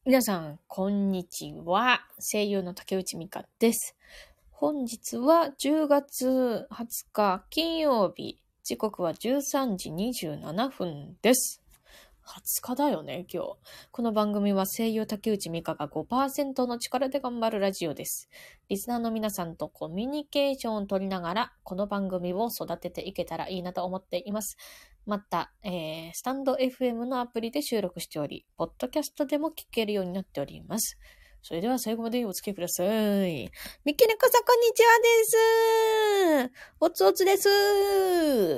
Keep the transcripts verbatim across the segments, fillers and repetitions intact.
皆さん、こんにちは。声優の竹内美香です。本日はじゅうがつはつか金曜日。時刻はじゅうさんじにじゅうななふんです。はつかだよね、今日。この番組は声優竹内美香が ごパーセント の力で頑張るラジオです。リスナーの皆さんとコミュニケーションを取りながら、この番組を育てていけたらいいなと思っています。また、えー、スタンド エフエム のアプリで収録しており、ポッドキャストでも聞けるようになっております。それでは最後までお付き合いください。みきねこさん、こんにちはです。おつおつです。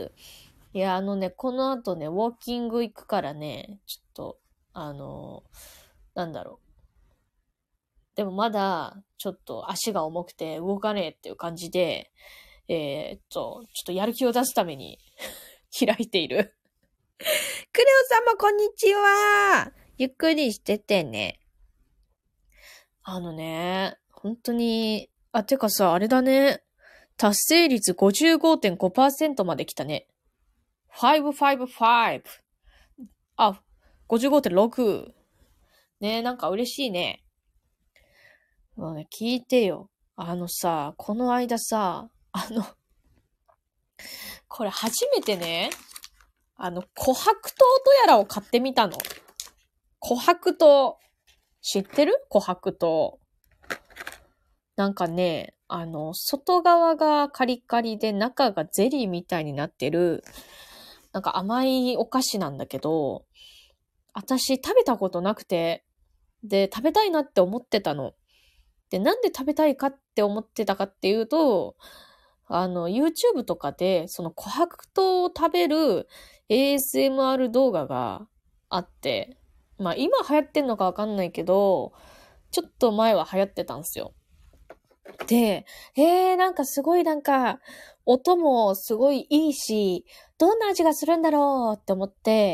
いや、あのね、この後ね、ウォーキング行くからね、ちょっと、あの、なんだろう。でもまだ、ちょっと足が重くて動かねえっていう感じで、えー、っと、ちょっとやる気を出すために開いている。クレオ様、こんにちは。ゆっくりしててね。あのね、本当に、あ、てかさ、あれだね。達成率 ごじゅうごてんごパーセント まで来たね。ごひゃくごじゅうご。あ、ごじゅうごてんろく。ねえ、なんか嬉しいね。もうね、聞いてよ。あのさ、この間さ、あの、これ初めてね、あの、琥珀糖とやらを買ってみたの。琥珀糖。知ってる？琥珀糖。なんかね、あの、外側がカリカリで中がゼリーみたいになってる、なんか甘いお菓子なんだけど、私食べたことなくて、で、食べたいなって思ってたの。で、なんで食べたいかって思ってたかっていうと、あの、YouTube とかで、その琥珀糖を食べる エーエスエムアール 動画があって、まあ今流行ってんのかわかんないけど、ちょっと前は流行ってたんですよ。で、えー、なんかすごいなんか、音もすごいいいし、どんな味がするんだろうって思って、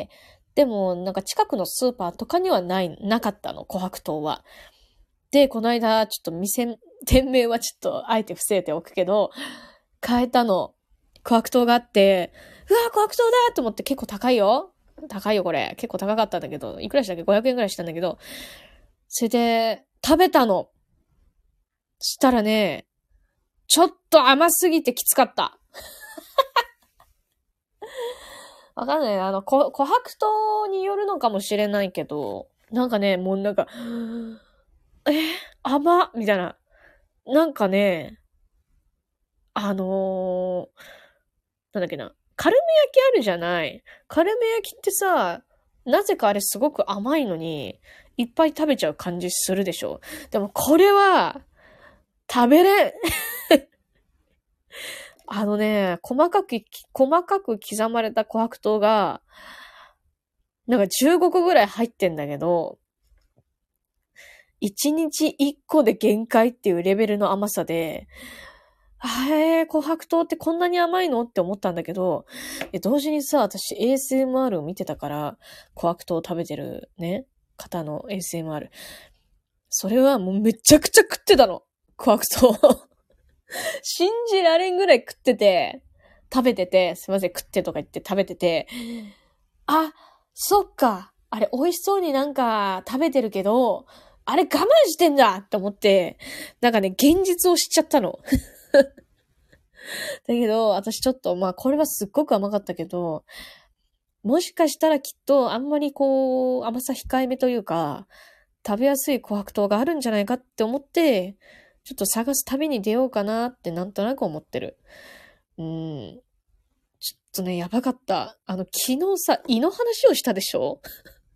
でもなんか近くのスーパーとかにはない、なかったの、琥珀糖は。で、この間、ちょっと店、店名はちょっとあえて伏せておくけど、買えたの。琥珀糖があって、うわ、琥珀糖だと思って結構高いよ。高いよ、これ。結構高かったんだけど、いくらしたっけ ?ごひゃく 円くらいしたんだけど、それで、食べたの。したらね、ちょっと甘すぎてきつかった。わかんない。あの、こ琥珀糖によるのかもしれないけど、なんかね、もうなんか、えー、甘っみたいな。なんかね、あのー、なんだっけな。カルメ焼きあるじゃない。カルメ焼きってさ、なぜかあれすごく甘いのに、いっぱい食べちゃう感じするでしょ。でもこれは、食べれん。あのね、細かく、細かく刻まれた琥珀糖が、なんかじゅうごこぐらい入ってんだけど、いちにちいっこで限界っていうレベルの甘さで、へえ、琥珀糖ってこんなに甘いのって思ったんだけど、同時にさ、私 エーエスエムアール を見てたから、琥珀糖を食べてるね、方の エーエスエムアール。それはもうめちゃくちゃ食ってたの。琥珀糖。信じられんぐらい食ってて、食べてて、すいません、食ってとか言って食べてて、あ、そっか。あれ美味しそうになんか食べてるけど、あれ我慢してんだって思って、なんかね、現実を知っちゃったの。だけど、私ちょっと、まあこれはすっごく甘かったけど、もしかしたらきっとあんまりこう、甘さ控えめというか、食べやすい琥珀糖があるんじゃないかって思って、ちょっと探す旅に出ようかなってなんとなく思ってる。うん。ちょっとね、やばかった。あの、昨日さ、胃の話をしたでしょ？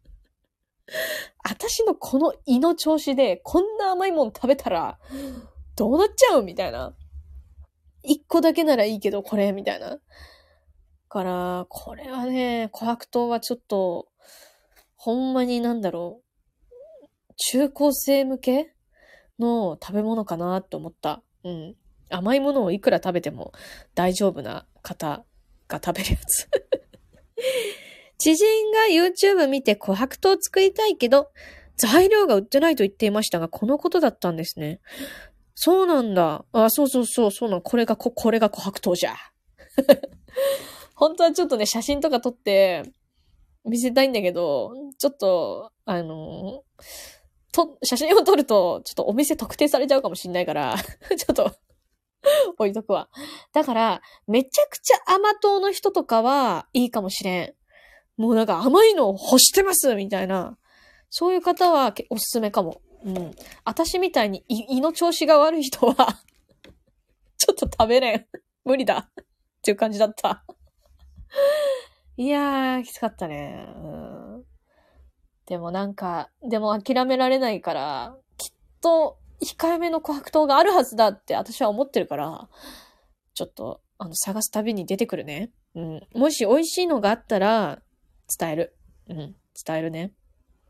私のこの胃の調子で、こんな甘いもん食べたら、どうなっちゃうみたいな。一個だけならいいけど、これ、みたいな。から、これはね、琥珀糖はちょっと、ほんまになんだろう。中高生向けの食べ物かなって思った。うん。甘いものをいくら食べても大丈夫な方が食べるやつ。知人が YouTube 見て琥珀糖作りたいけど、材料が売ってないと言っていましたが、このことだったんですね。そうなんだ。あ、そうそうそう、そうなん。これがこ、これが琥珀糖じゃ。本当はちょっとね、写真とか撮って見せたいんだけど、ちょっと、あの、 と、写真を撮ると、ちょっとお店特定されちゃうかもしんないから、ちょっと、置いとくわ。だから、めちゃくちゃ甘党の人とかはいいかもしれん。もうなんか甘いのを欲してますみたいな。そういう方はおすすめかも。うん。私みたいに胃の調子が悪い人は、ちょっと食べれん。無理だ。っていう感じだった。いやー、きつかったね。うん、でもなんか、でも諦められないから、きっと控えめの琥珀糖があるはずだって私は思ってるから、ちょっと、あの、探すたびに出てくるね。うん。もし美味しいのがあったら、伝える。うん。伝えるね。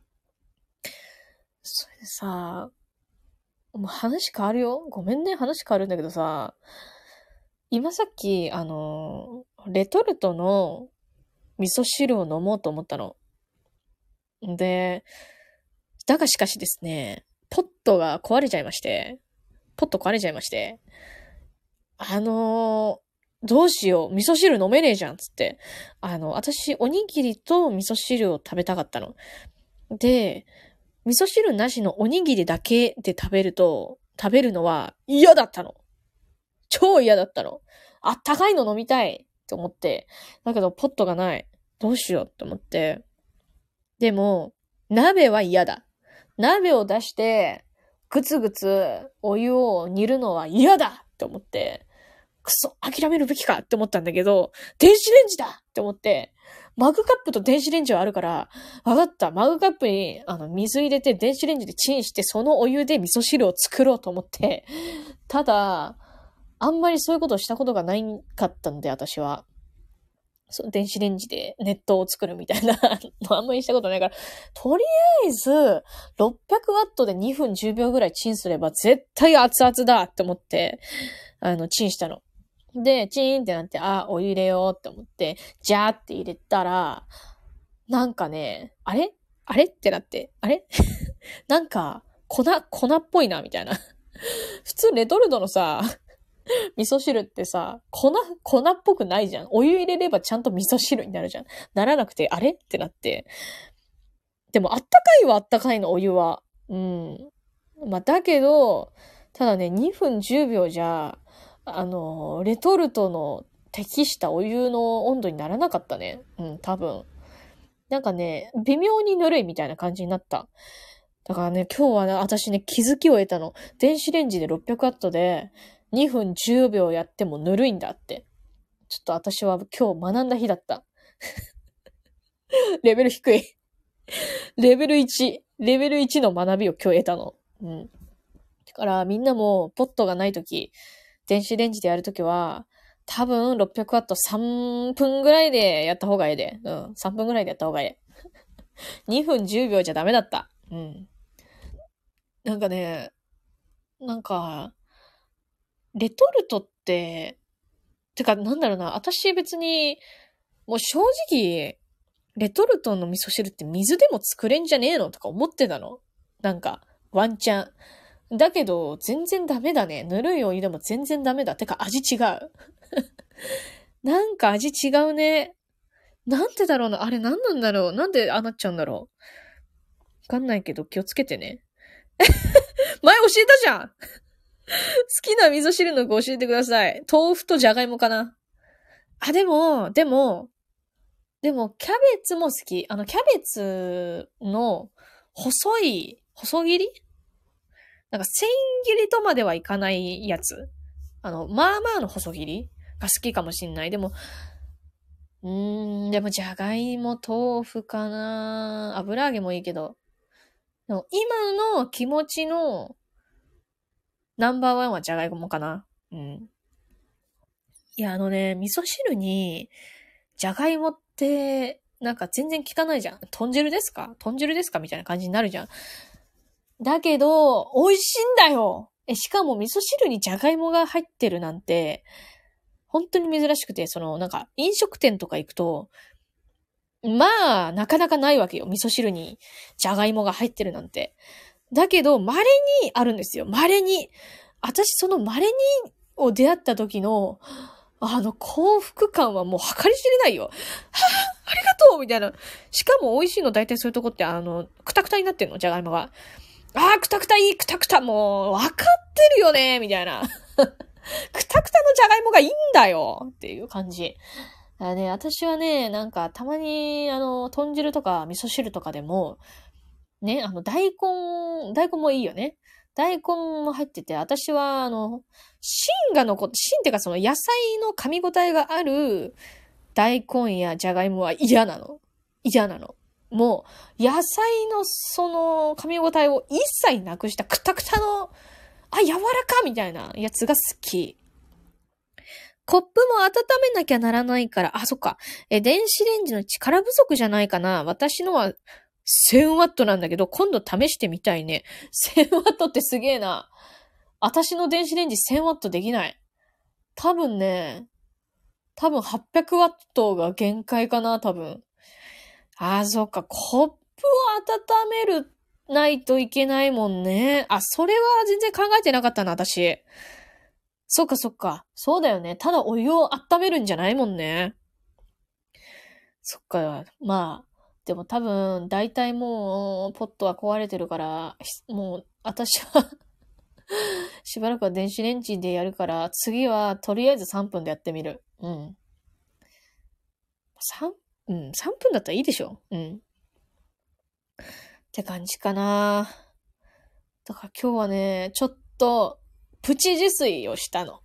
それでさ、もう話変わるよ。ごめんね、話変わるんだけどさ、今さっき、あの、レトルトの味噌汁を飲もうと思ったの。で、だがしかしですね、ポットが壊れちゃいまして、ポット壊れちゃいまして、あのー、どうしよう、味噌汁飲めねえじゃん、つって。あの、私、おにぎりと味噌汁を食べたかったの。で、味噌汁なしのおにぎりだけで食べると、食べるのは嫌だったの。超嫌だったの。あったかいの飲みたいって思って。だけど、ポットがない。どうしようって思って。でも、鍋は嫌だ。鍋を出して、ぐつぐつお湯を煮るのは嫌だって思って、くそ、諦めるべきかって思ったんだけど、電子レンジだって思って、マグカップと電子レンジはあるから、わかった。マグカップにあの水入れて電子レンジでチンして、そのお湯で味噌汁を作ろうと思って、ただ、あんまりそういうことをしたことがないかったんで、私は。そう、電子レンジで熱湯を作るみたいなのあんまりしたことないから、とりあえず、ろっぴゃくワットでにふんじゅうびょうぐらいチンすれば絶対熱々だって思って、あの、チンしたの。で、チーンってなって、あ、お湯入れようって思って、ジャーって入れたら、なんかね、あれあれってなって、あれなんか、粉、粉っぽいな、みたいな。普通レトルトのさ、味噌汁ってさ、粉、粉っぽくないじゃん。お湯入れればちゃんと味噌汁になるじゃん。ならなくて、あれってなって。でも、あったかいはあったかいの、お湯は。うん。まあ、だけど、ただね、にふんじゅうびょうじゃ、あの、レトルトの適したお湯の温度にならなかったね。うん、多分。なんかね、微妙にぬるいみたいな感じになった。だからね、今日はね、私ね、気づきを得たの。電子レンジでろっぴゃくワットでにふんじゅうびょうやってもぬるいんだって。ちょっと私は今日学んだ日だった。レベル低い。レベルいち。レベルいちの学びを今日得たの。うん。だからみんなもポットがないとき、電子レンジでやるときは、多分ろっぴゃくワットさんぷんぐらいでやった方がええで。うん。さんぷんぐらいでやった方がええ。にふんじゅうびょうじゃダメだった。うん。なんかね、なんか、レトルトって、てかなんだろうな、私別に、もう正直、レトルトの味噌汁って水でも作れんじゃねえのとか思ってたの。なんか、ワンチャン。だけど、全然ダメだね。ぬるいお湯でも全然ダメだ。てか味違う。なんか味違うね。なんでだろうな。あれ何なんだろう。なんでああなっちゃうんだろう。わかんないけど気をつけてね。前教えたじゃん好きな味噌汁の具教えてください。豆腐とじゃがいもかな。あ、でも、でも、でも、キャベツも好き。あの、キャベツの細い、細切りなんか、千切りとまではいかないやつ。あの、まあまあの細切りが好きかもしんない。でも、うーん、でも、じゃがいも、豆腐かな。油揚げもいいけど。でも今の気持ちのナンバーワンはじゃがいもかな。うん。いや、あのね、味噌汁に、じゃがいもって、なんか全然効かないじゃん。豚汁ですか豚汁ですかみたいな感じになるじゃん。だけど、美味しいんだよえ、しかも味噌汁にじゃがいもが入ってるなんて、本当に珍しくて、その、なんか、飲食店とか行くと、まあ、なかなかないわけよ。味噌汁にじゃがいもが入ってるなんて。だけど、稀にあるんですよ。稀に。私、その稀にを出会った時の、あの、幸福感はもう計り知れないよ。はぁ、ありがとうみたいな。しかも美味しいの大体そういうとこって、あの、くたくたになってんの、じゃがいもが。 あー、くたくたいい、くたくた、もう、わかってるよねみたいな。くたくたのじゃがいもがいいんだよっていう感じ。あね、私はね、なんか、たまに、あの、豚汁とか味噌汁とかでも、ね、あの、大根、大根もいいよね。大根も入ってて、私は、あの、芯が残って、芯っていうかその野菜の噛み応えがある大根やじゃがいもは嫌なの。嫌なの。もう、野菜のその噛み応えを一切なくしたくたくたの、あ、柔らかみたいなやつが好き。コップも温めなきゃならないから、あ、そっか。え、電子レンジの力不足じゃないかな。私のはせんワットなんだけど、今度試してみたいね。せんワットってすげえな。私の電子レンジせんワットできない。多分ね、多分はっぴゃくワットが限界かな、多分。ああ、そっか。コップを温めるないといけないもんね。あ、それは全然考えてなかったな、私。そっかそっか。そうだよね。ただお湯を温めるんじゃないもんね。そっか。まあ、でも多分、大体もう、ポットは壊れてるから、もう、私はしばらくは電子レンジでやるから、次はとりあえずさんぷんでやってみる。うん。さん、うん、さんぷんだったらいいでしょ。うん。って感じかな。だから今日はね、ちょっと、プチ自炊をしたの。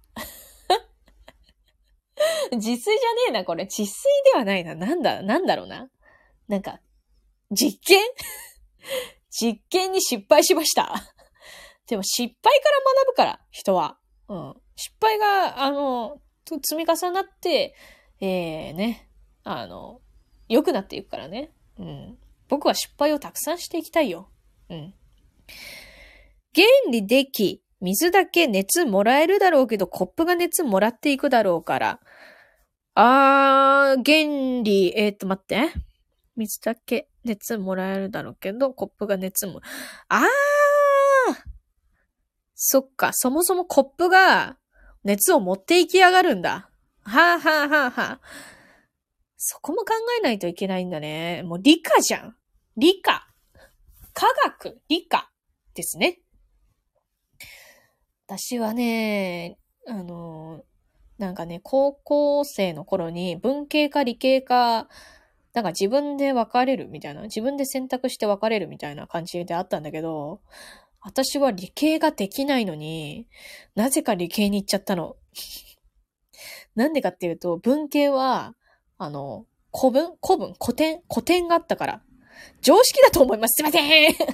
自炊じゃねえな、これ。自炊ではないな。なんだ、なんだろうな。なんか、実験実験に失敗しました。でも失敗から学ぶから、人は。うん。失敗が、あの、積み重なって、えー、ね、あの、良くなっていくからね。うん。僕は失敗をたくさんしていきたいよ。うん。原理でき、水だけ熱もらえるだろうけど、コップが熱もらっていくだろうから。あー、原理、えーっと、待って。水だけ熱もらえるだろうけど、コップが熱も、あーそっか、そもそもコップが熱を持っていきやがるんだ。はぁはぁはぁはぁ。そこも考えないといけないんだね。もう理科じゃん。理科。科学、理科ですね。私はね、あの、なんかね、高校生の頃に文系か理系か、なんか自分で分かれるみたいな、自分で選択して分かれるみたいな感じであったんだけど、私は理系ができないのに、なぜか理系に行っちゃったの。なんでかっていうと、文系は、あの、古文古文古典古典があったから。常識だと思います。すいません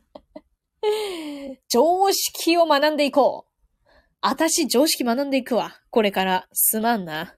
常識を学んでいこう。あたし常識学んでいくわ。これから。すまんな。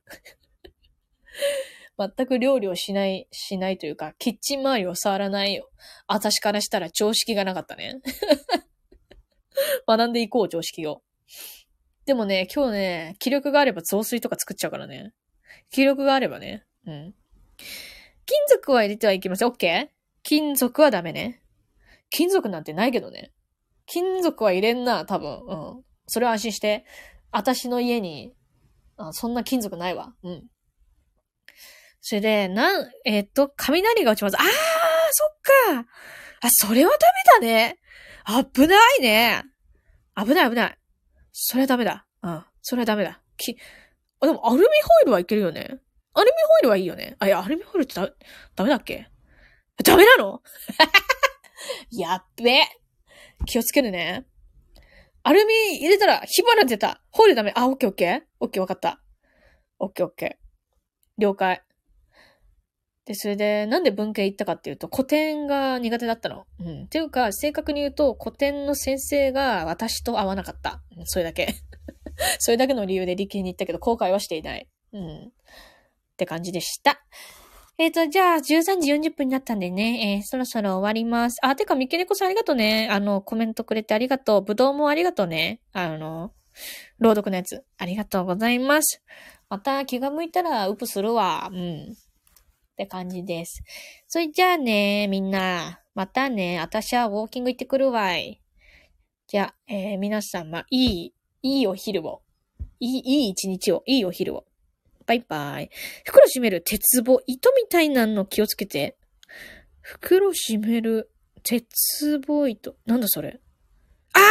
全く料理をしない、しないというか、キッチン周りを触らないよ。あたしからしたら常識がなかったね。学んでいこう、常識を。でもね、今日ね、気力があれば雑炊とか作っちゃうからね。気力があればね。うん。金属は入れてはいけません。オッケー？金属はダメね。金属なんてないけどね。金属は入れんな、多分。うん。それは安心して。私の家に、あ、そんな金属ないわ。うん。それで、なん、えーっと、雷が落ちます。あー、そっか。あ、それはダメだね。危ないね。危ない危ない。それはダメだ。うん。それはダメだ。き、あ、でもアルミホイルはいけるよね。アルミホイルはいいよね。あ、いや、アルミホイルってだ、ダメだっけ？ダメなの？やっべ。気をつけるね。アルミ入れたら火花出た。ホイルダメ。あ、オッケーオッケー。オッケーわかった。オッケーオッケー。了解。で、それで、なんで文系行ったかっていうと、古典が苦手だったの。うん。っていうか、正確に言うと、古典の先生が私と合わなかった。うん、それだけ。それだけの理由で理系に行ったけど、後悔はしていない。うん。って感じでした。えっと、じゃあ、じゅうさんじよんじゅっぷんになったんでね、えー、そろそろ終わります。あ、てか、みけねこさんありがとうね。あの、コメントくれてありがとう。ぶどうもありがとうね。あの、朗読のやつ。ありがとうございます。また気が向いたら、ウプするわ。うん。って感じです。それじゃあね、みんな。またね。私はウォーキング行ってくるわい。じゃあ、えー、皆様、いい、いいお昼を。いい、いい一日を。いいお昼を。バイバイ。袋閉める鉄棒。糸みたいなの気をつけて。袋閉める鉄棒糸。なんだそれ。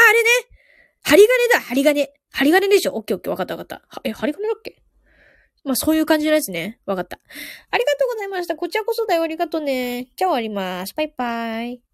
あれね。針金だ、針金。針金でしょ。オッケーオッケー、わかったわかった。はえ、針金だっけ？まあ、そういう感じのやつね。わかった。ありがとうございました。こちらこそだよ。ありがとうね。じゃあ終わります。バイバイ。